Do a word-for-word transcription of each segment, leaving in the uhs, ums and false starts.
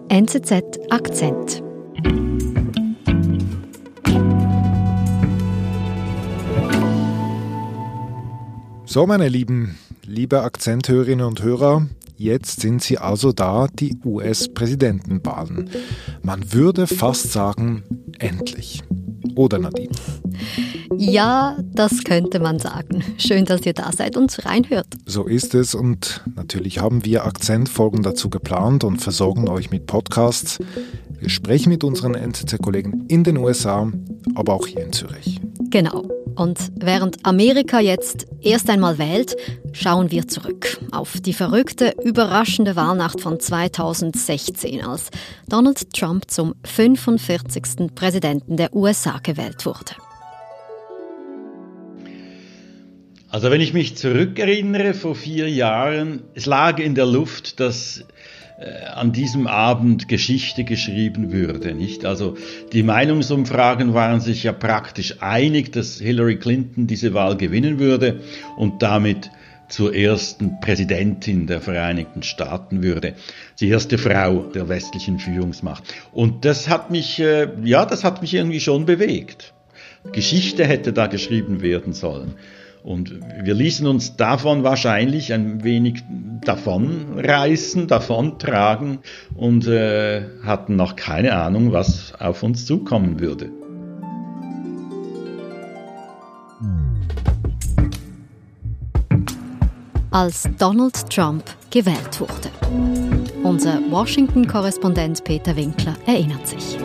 N Z Z Akzent. So, meine Lieben, liebe Akzenthörerinnen und Hörer, jetzt sind sie also da, die U S-Präsidentenwahlen. Man würde fast sagen, endlich. Oder, Nadine? Ja, das könnte man sagen. Schön, dass ihr da seid und reinhört. So ist es und natürlich haben wir Akzentfolgen dazu geplant und versorgen euch mit Podcasts. Wir sprechen mit unseren N Z Z-Kollegen in den U S A, aber auch hier in Zürich. Genau. Und während Amerika jetzt erst einmal wählt, schauen wir zurück auf die verrückte, überraschende Wahlnacht von zweitausendsechzehn, als Donald Trump zum fünfundvierzigsten Präsidenten der U S A gewählt wurde. Also wenn ich mich zurückerinnere, vor vier Jahren, es lag in der Luft, dass äh, an diesem Abend Geschichte geschrieben würde, nicht? Also die Meinungsumfragen waren sich ja praktisch einig, dass Hillary Clinton diese Wahl gewinnen würde und damit zur ersten Präsidentin der Vereinigten Staaten würde, die erste Frau der westlichen Führungsmacht. Und das hat mich, äh, ja, das hat mich irgendwie schon bewegt. Geschichte hätte da geschrieben werden sollen. Und wir ließen uns davon wahrscheinlich ein wenig davonreißen, davontragen und äh, hatten noch keine Ahnung, was auf uns zukommen würde. Als Donald Trump gewählt wurde. Unser Washington-Korrespondent Peter Winkler erinnert sich.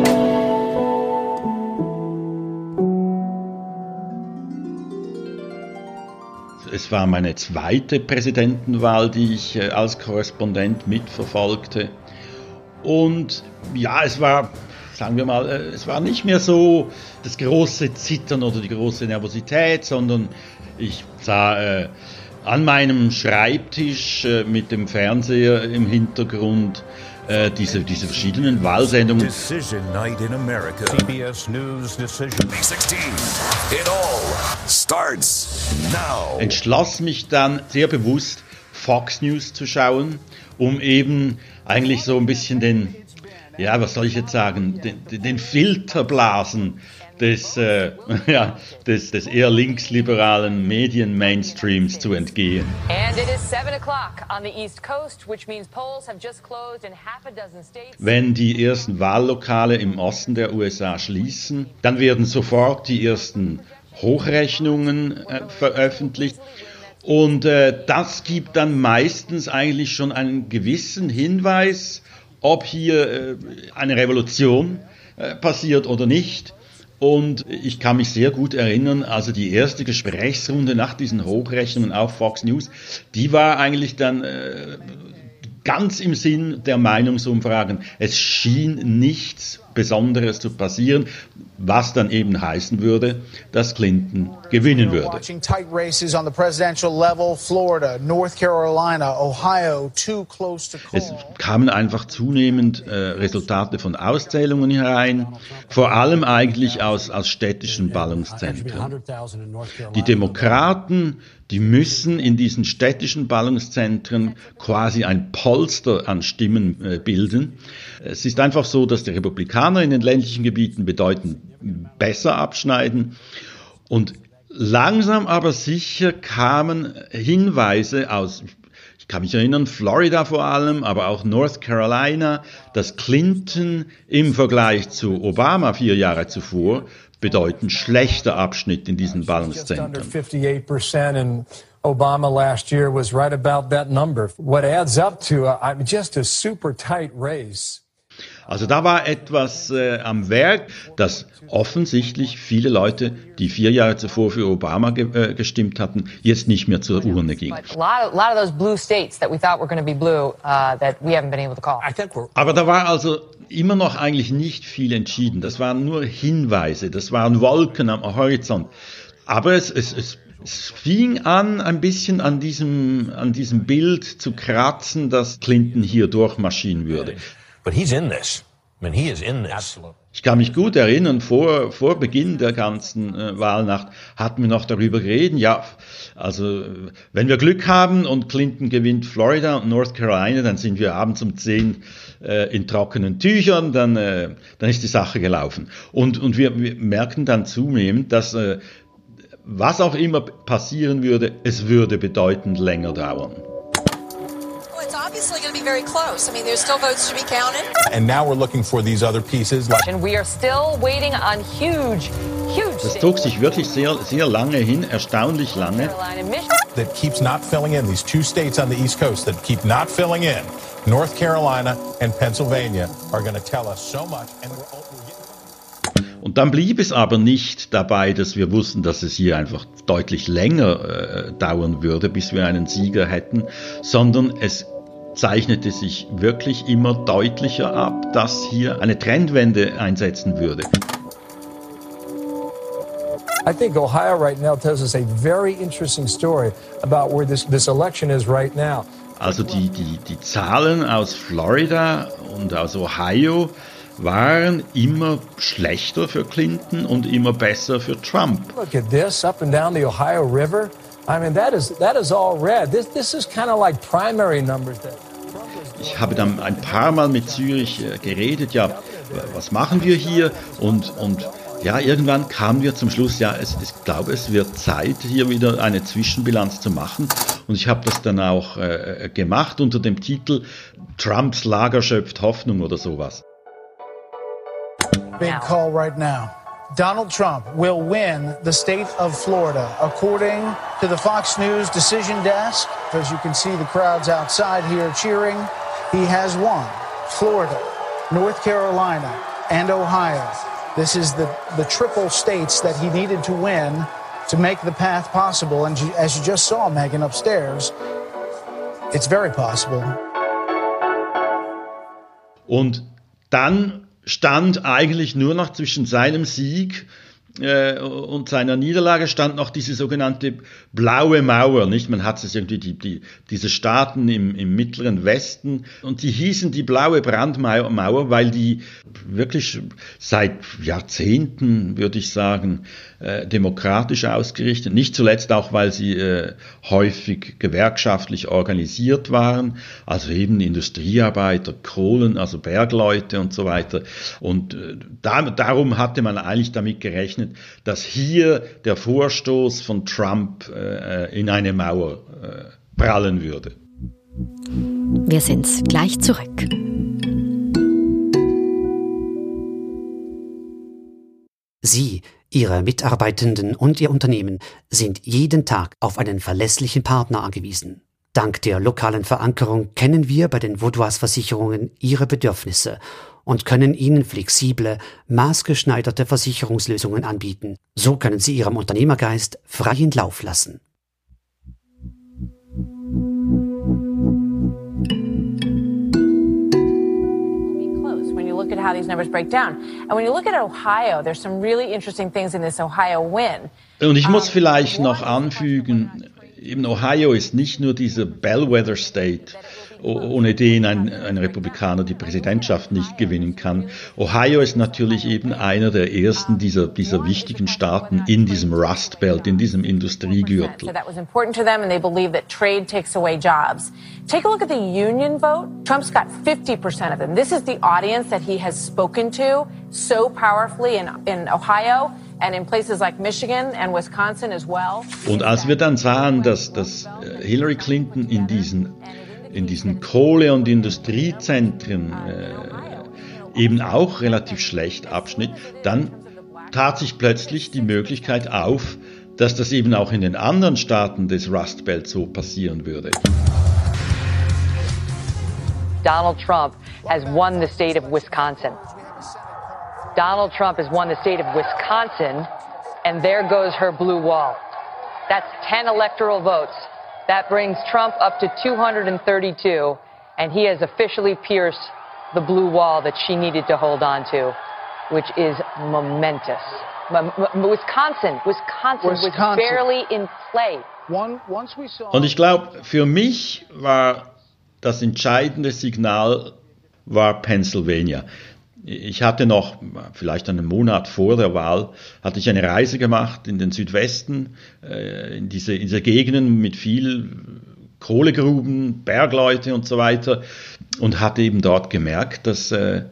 Es war meine zweite Präsidentenwahl, die ich äh, als Korrespondent mitverfolgte. Und ja, es war, sagen wir mal, äh, es war nicht mehr so das große Zittern oder die große Nervosität, sondern ich sah äh, an meinem Schreibtisch äh, mit dem Fernseher im Hintergrund äh, diese, diese verschiedenen Wahlsendungen. Decision Night in America. C B S News Decision. B sechzehn. It all starts now. Entschloss mich dann sehr bewusst, Fox News zu schauen, um eben eigentlich so ein bisschen den, ja, was soll ich jetzt sagen, den, den Filterblasen des, äh, ja, des, des eher linksliberalen Medien-Mainstreams zu entgehen. And it is seven o'clock on the East Coast, which means polls have just closed in half a dozen states. Wenn die ersten Wahllokale im Osten der U S A schließen, dann werden sofort die ersten Hochrechnungen äh, veröffentlicht. Und äh, das gibt dann meistens eigentlich schon einen gewissen Hinweis, ob hier äh, eine Revolution äh, passiert oder nicht. Und ich kann mich sehr gut erinnern, also die erste Gesprächsrunde nach diesen Hochrechnungen auf Fox News, die war eigentlich dann äh, ganz im Sinn der Meinungsumfragen. Es schien nichts Besonderes zu passieren, was dann eben heißen würde, dass Clinton gewinnen würde. Es kamen einfach zunehmend äh, Resultate von Auszählungen herein, vor allem eigentlich aus, aus städtischen Ballungszentren. Die Demokraten, die müssen in diesen städtischen Ballungszentren quasi ein Polster an Stimmen äh, bilden. Es ist einfach so, dass die Republikaner in den ländlichen Gebieten bedeutend besser abschneiden. Und langsam aber sicher kamen Hinweise aus, ich kann mich erinnern, Florida vor allem, aber auch North Carolina, dass Clinton im Vergleich zu Obama vier Jahre zuvor bedeutend schlechter abschnitt in diesen Ballungszentren. Obama last year was right about that number. What adds up to a, just a super tight race. Also da war etwas äh, am Werk, das offensichtlich viele Leute, die vier Jahre zuvor für Obama ge- äh, gestimmt hatten, jetzt nicht mehr zur Urne gingen. Aber da war also immer noch eigentlich nicht viel entschieden. Das waren nur Hinweise, das waren Wolken am Horizont. Aber es, es, es Es fing an, ein bisschen an diesem, an diesem Bild zu kratzen, dass Clinton hier durchmarschieren würde. But he's in this. I mean, he is in this. Ich kann mich gut erinnern, vor, vor Beginn der ganzen äh, Wahlnacht hatten wir noch darüber geredet, ja, also wenn wir Glück haben und Clinton gewinnt Florida und North Carolina, dann sind wir abends um zehn äh, in trockenen Tüchern, dann, äh, dann ist die Sache gelaufen. Und, und wir, wir merken dann zunehmend, dass äh, was auch immer passieren würde, es würde bedeutend länger dauern. Obviously going to be very close. I mean, there's still votes to be counted. And now we're looking for these other pieces. Like And we are still waiting on huge, huge. Das zog sich wirklich sehr, sehr lange hin, erstaunlich lange. that keeps not filling in. These two states on the East Coast that keep not filling in. North Carolina and Pennsylvania are going to tell us so much. And we're, we're getting... Und dann blieb es aber nicht dabei, dass wir wussten, dass es hier einfach deutlich länger äh, dauern würde, bis wir einen Sieger hätten, sondern es zeichnete sich wirklich immer deutlicher ab, dass hier eine Trendwende einsetzen würde. I think Ohio right now tells us a very interesting story about where this, this election is right now. Also die, die, die Zahlen aus Florida und aus Ohio waren immer schlechter für Clinton und immer besser für Trump. Look at this, up and down the Ohio River. I mean, that is, that is all red. This, this is kind of like primary numbers. That Ich habe dann ein paar Mal mit Zürich geredet, ja, was machen wir hier? Und, und ja, irgendwann kamen wir zum Schluss, ja, es, ich glaube, es wird Zeit, hier wieder eine Zwischenbilanz zu machen. Und ich habe das dann auch äh, gemacht unter dem Titel Trumps Lager schöpft Hoffnung oder sowas. Big call right now. Donald Trump will win the state of Florida, according to the Fox News decision desk. As you can see, the crowds outside here cheering. He has won Florida, North Carolina, and Ohio. This is the, the triple states that he needed to win to make the path possible. And as you just saw, Megan, upstairs, it's very possible. Und dann stand eigentlich nur noch zwischen seinem Sieg äh, und seiner Niederlage stand noch diese sogenannte blaue Mauer, nicht? Man hat es irgendwie die, die, diese Staaten im, im mittleren Westen und die hießen die blaue Brandmauer, weil die wirklich seit Jahrzehnten, würde ich sagen, äh, demokratisch ausgerichtet, nicht zuletzt auch, weil sie äh, häufig gewerkschaftlich organisiert waren, also eben Industriearbeiter, Kohlen, also Bergleute und so weiter. Und äh, da, darum hatte man eigentlich damit gerechnet, dass hier der Vorstoß von Trump äh, in eine Mauer äh, prallen würde. Wir sind gleich zurück. Sie, Ihre Mitarbeitenden und Ihr Unternehmen sind jeden Tag auf einen verlässlichen Partner angewiesen. Dank der lokalen Verankerung kennen wir bei den Vaudoise Versicherungen Ihre Bedürfnisse und können Ihnen flexible, maßgeschneiderte Versicherungslösungen anbieten. So können Sie Ihrem Unternehmergeist freien Lauf lassen. Look at how these numbers break down. And when you look at Ohio, there's some really interesting things in this Ohio win. Und ich muss vielleicht noch anfügen, eben Ohio ist nicht nur dieser Bellwether State, ohne den ein, ein Republikaner die Präsidentschaft nicht gewinnen kann. Ohio ist natürlich eben einer der ersten dieser, dieser wichtigen Staaten in diesem Rust Belt, in diesem Industriegürtel. So that was important to them and they believe that trade takes away jobs. Take a look at the union vote. Trump's got fifty percent of them. This is the audience that he has spoken to so powerfully in, in Ohio and in places like Michigan and Wisconsin as well. Und als wir dann sahen, dass, dass Hillary Clinton in diesen in diesen Kohle- und Industriezentren äh, eben auch relativ schlecht abschnitt, dann tat sich plötzlich die Möglichkeit auf, dass das eben auch in den anderen Staaten des Rust Belt so passieren würde. Donald Trump has won the state of Wisconsin. Donald Trump has won the state of Wisconsin, and there goes her blue wall. That's ten electoral votes. That brings Trump up to two hundred thirty-two, and he has officially pierced the blue wall that she needed to hold on to, which is momentous. M- M- Wisconsin, Wisconsin, Wisconsin was barely in play. One, once we saw... Und ich glaube, für mich war das entscheidende Signal war Pennsylvania. Ich hatte noch, vielleicht einen Monat vor der Wahl, hatte ich eine Reise gemacht in den Südwesten, in diese, in diese Gegenden mit viel Kohlegruben, Bergleute und so weiter und hatte eben dort gemerkt, dass,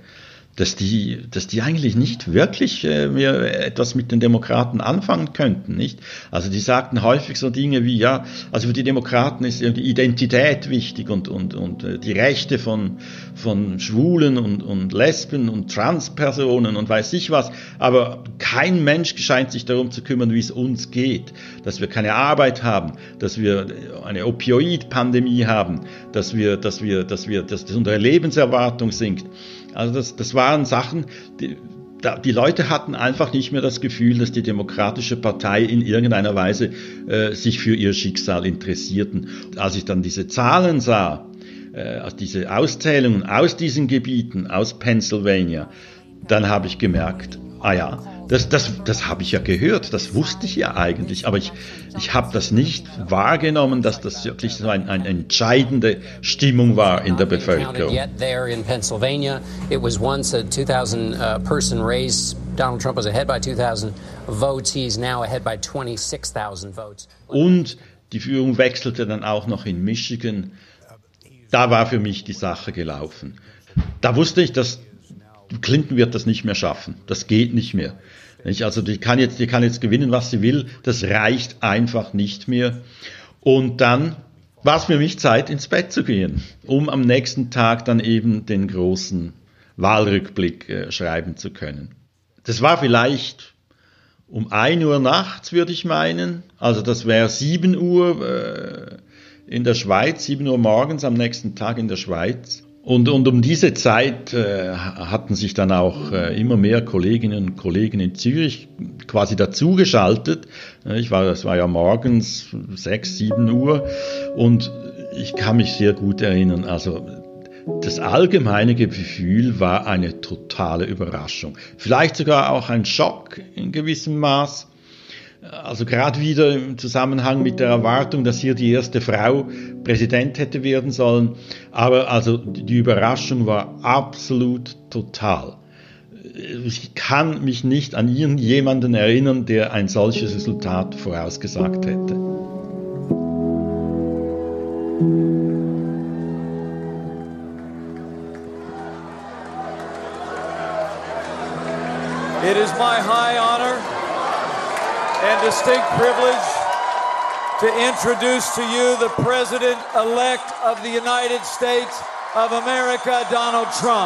dass, die, dass die eigentlich nicht wirklich mehr etwas mit den Demokraten anfangen könnten, nicht? Also die sagten häufig so Dinge wie, ja, also für die Demokraten ist die Identität wichtig und, und, und die Rechte von, von Schwulen und, und Lesben und Transpersonen und weiß ich was, aber kein Mensch scheint sich darum zu kümmern, wie es uns geht, dass wir keine Arbeit haben, dass wir eine Opioid-Pandemie haben, dass wir, dass wir, dass wir, dass unsere Lebenserwartung sinkt. Also das, das waren Sachen, die, die Leute hatten einfach nicht mehr das Gefühl, dass die Demokratische Partei in irgendeiner Weise äh, sich für ihr Schicksal interessierten. Als ich dann diese Zahlen sah, äh, diese Auszählungen aus diesen Gebieten, aus Pennsylvania, dann habe ich gemerkt, ah ja, das, das, das habe ich ja gehört, das wusste ich ja eigentlich, aber ich, ich habe das nicht wahrgenommen, dass das wirklich so eine ein entscheidende Stimmung war in der Bevölkerung. There in Pennsylvania, it was once a two thousand uh, person race. Donald Trump was ahead by two thousand votes. He's now ahead by twenty-six thousand votes. Und die Führung wechselte dann auch noch in Michigan. Da war für mich die Sache gelaufen. Da wusste ich, dass Clinton wird das nicht mehr schaffen. Das geht nicht mehr. Also die kann jetzt, die kann jetzt gewinnen, was sie will. Das reicht einfach nicht mehr. Und dann war es für mich Zeit, ins Bett zu gehen, um am nächsten Tag dann eben den großen Wahlrückblick äh, schreiben zu können. Das war vielleicht um ein Uhr nachts, würde ich meinen. Also das wäre sieben Uhr äh, in der Schweiz, sieben Uhr morgens am nächsten Tag in der Schweiz. Und, und um diese Zeit äh, hatten sich dann auch äh, immer mehr Kolleginnen und Kollegen in Zürich quasi dazugeschaltet. Ich war, das war ja morgens sechs, sieben Uhr und ich kann mich sehr gut erinnern. Also das allgemeine Gefühl war eine totale Überraschung. Vielleicht sogar auch ein Schock in gewissem Maß. Also gerade wieder im Zusammenhang mit der Erwartung, dass hier die erste Frau Präsident hätte werden sollen. Aber also die Überraschung war absolut total. Ich kann mich nicht an irgendjemanden erinnern, der ein solches Resultat vorausgesagt hätte. It is my high honor and distinct privilege to introduce to you the President-elect of the United States of America, Donald Trump.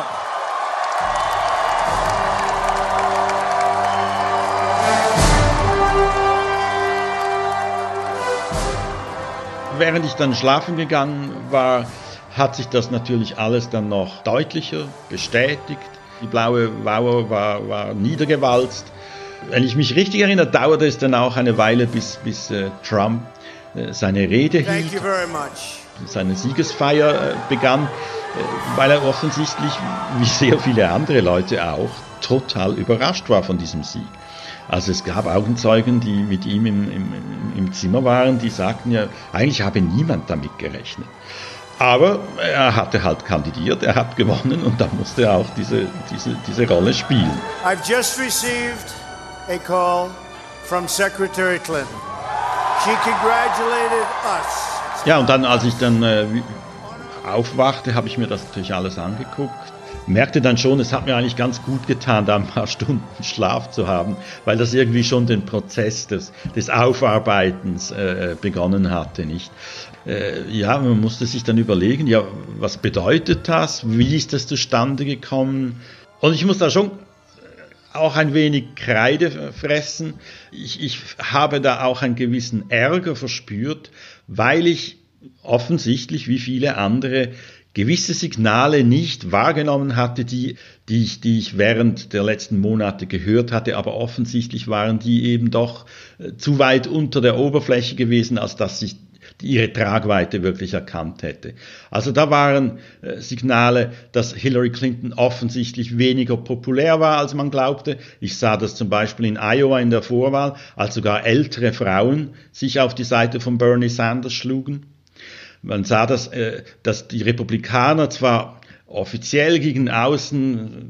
Während ich dann schlafen gegangen war, hat sich das natürlich alles dann noch deutlicher bestätigt. Die blaue Mauer war, war niedergewalzt. Wenn ich mich richtig erinnere, dauerte es dann auch eine Weile, bis, bis äh, Trump äh, seine Rede hielt, seine Siegesfeier äh, begann, äh, weil er offensichtlich, wie sehr viele andere Leute auch, total überrascht war von diesem Sieg. Also es gab Augenzeugen, die mit ihm im, im, im Zimmer waren, die sagten ja, eigentlich habe niemand damit gerechnet. Aber er hatte halt kandidiert, er hat gewonnen und da musste er auch diese, diese, diese Rolle spielen. I've just received a call from Secretary Clinton. She congratulated us. Ja, und dann, als ich dann äh, aufwachte, habe ich mir das natürlich alles angeguckt. Merkte dann schon, es hat mir eigentlich ganz gut getan, da ein paar Stunden Schlaf zu haben, weil das irgendwie schon den Prozess des, des Aufarbeitens äh, begonnen hatte, nicht? Äh, ja, man musste sich dann überlegen, ja, was bedeutet das? Wie ist das zustande gekommen? Und ich muss da schon auch ein wenig Kreide fressen. Ich, ich habe da auch einen gewissen Ärger verspürt, weil ich offensichtlich, wie viele andere, gewisse Signale nicht wahrgenommen hatte, die, die, ich, die ich während der letzten Monate gehört hatte, aber offensichtlich waren die eben doch äh, zu weit unter der Oberfläche gewesen, als dass ich ihre Tragweite wirklich erkannt hätte. Also da waren äh, Signale, dass Hillary Clinton offensichtlich weniger populär war, als man glaubte. Ich sah das zum Beispiel in Iowa in der Vorwahl, als sogar ältere Frauen sich auf die Seite von Bernie Sanders schlugen. Man sah, dass, äh, dass die Republikaner zwar offiziell gegen außen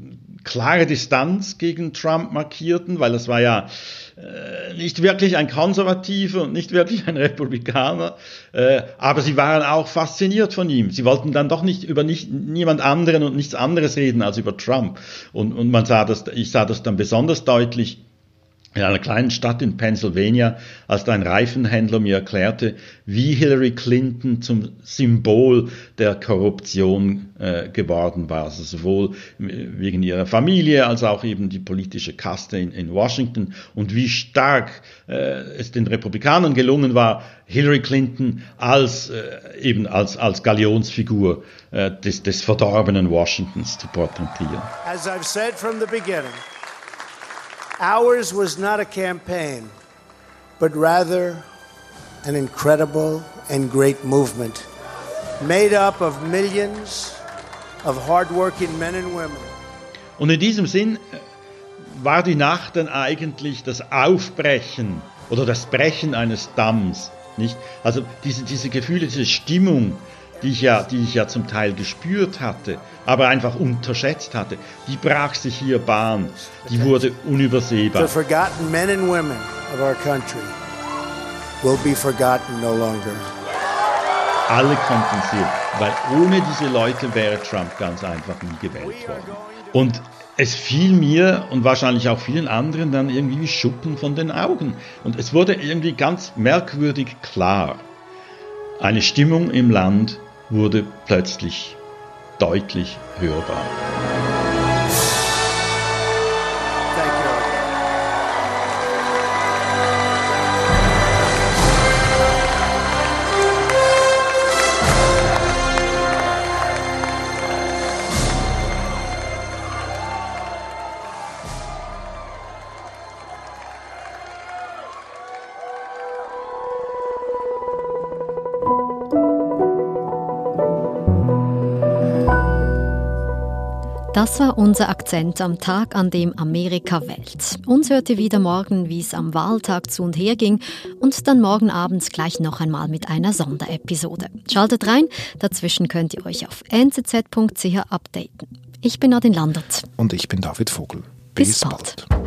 klare Distanz gegen Trump markierten, weil das war ja äh, nicht wirklich ein Konservativer und nicht wirklich ein Republikaner, äh, aber sie waren auch fasziniert von ihm. Sie wollten dann doch nicht über nicht, niemand anderen und nichts anderes reden als über Trump. Und, und man sah das, ich sah das dann besonders deutlich in einer kleinen Stadt in Pennsylvania, als da ein Reifenhändler mir erklärte, wie Hillary Clinton zum Symbol der Korruption äh, geworden war. Also sowohl wegen ihrer Familie als auch eben die politische Kaste in, in Washington und wie stark äh, es den Republikanern gelungen war, Hillary Clinton als äh, eben als als Galionsfigur äh, des, des verdorbenen Washingtons zu porträtieren. As I've said from the beginning, ours was not a campaign, but rather an incredible and great movement made up of millions of hardworking men and women. Und in diesem Sinn war die Nacht dann eigentlich das Aufbrechen oder das Brechen eines Damms, nicht? Also diese, diese Gefühle, diese Stimmung, die ich ja, die ich ja zum Teil gespürt hatte, aber einfach unterschätzt hatte, die brach sich hier Bahn, die wurde unübersehbar. The forgotten men and women of our country will be forgotten no longer. Alle kompensiert, weil ohne diese Leute wäre Trump ganz einfach nie gewählt worden. Und es fiel mir und wahrscheinlich auch vielen anderen dann irgendwie wie Schuppen von den Augen. Und es wurde irgendwie ganz merkwürdig klar. Eine Stimmung im Land wurde plötzlich deutlich hörbar. Das war unser Akzent am Tag, an dem Amerika wählt. Uns hört ihr wieder morgen, wie es am Wahltag zu und her ging, und dann morgen abends gleich noch einmal mit einer Sonderepisode. Schaltet rein, dazwischen könnt ihr euch auf n z z punkt c h updaten. Ich bin Nadine Landert. Und ich bin David Vogel. Bis, Bis bald. bald.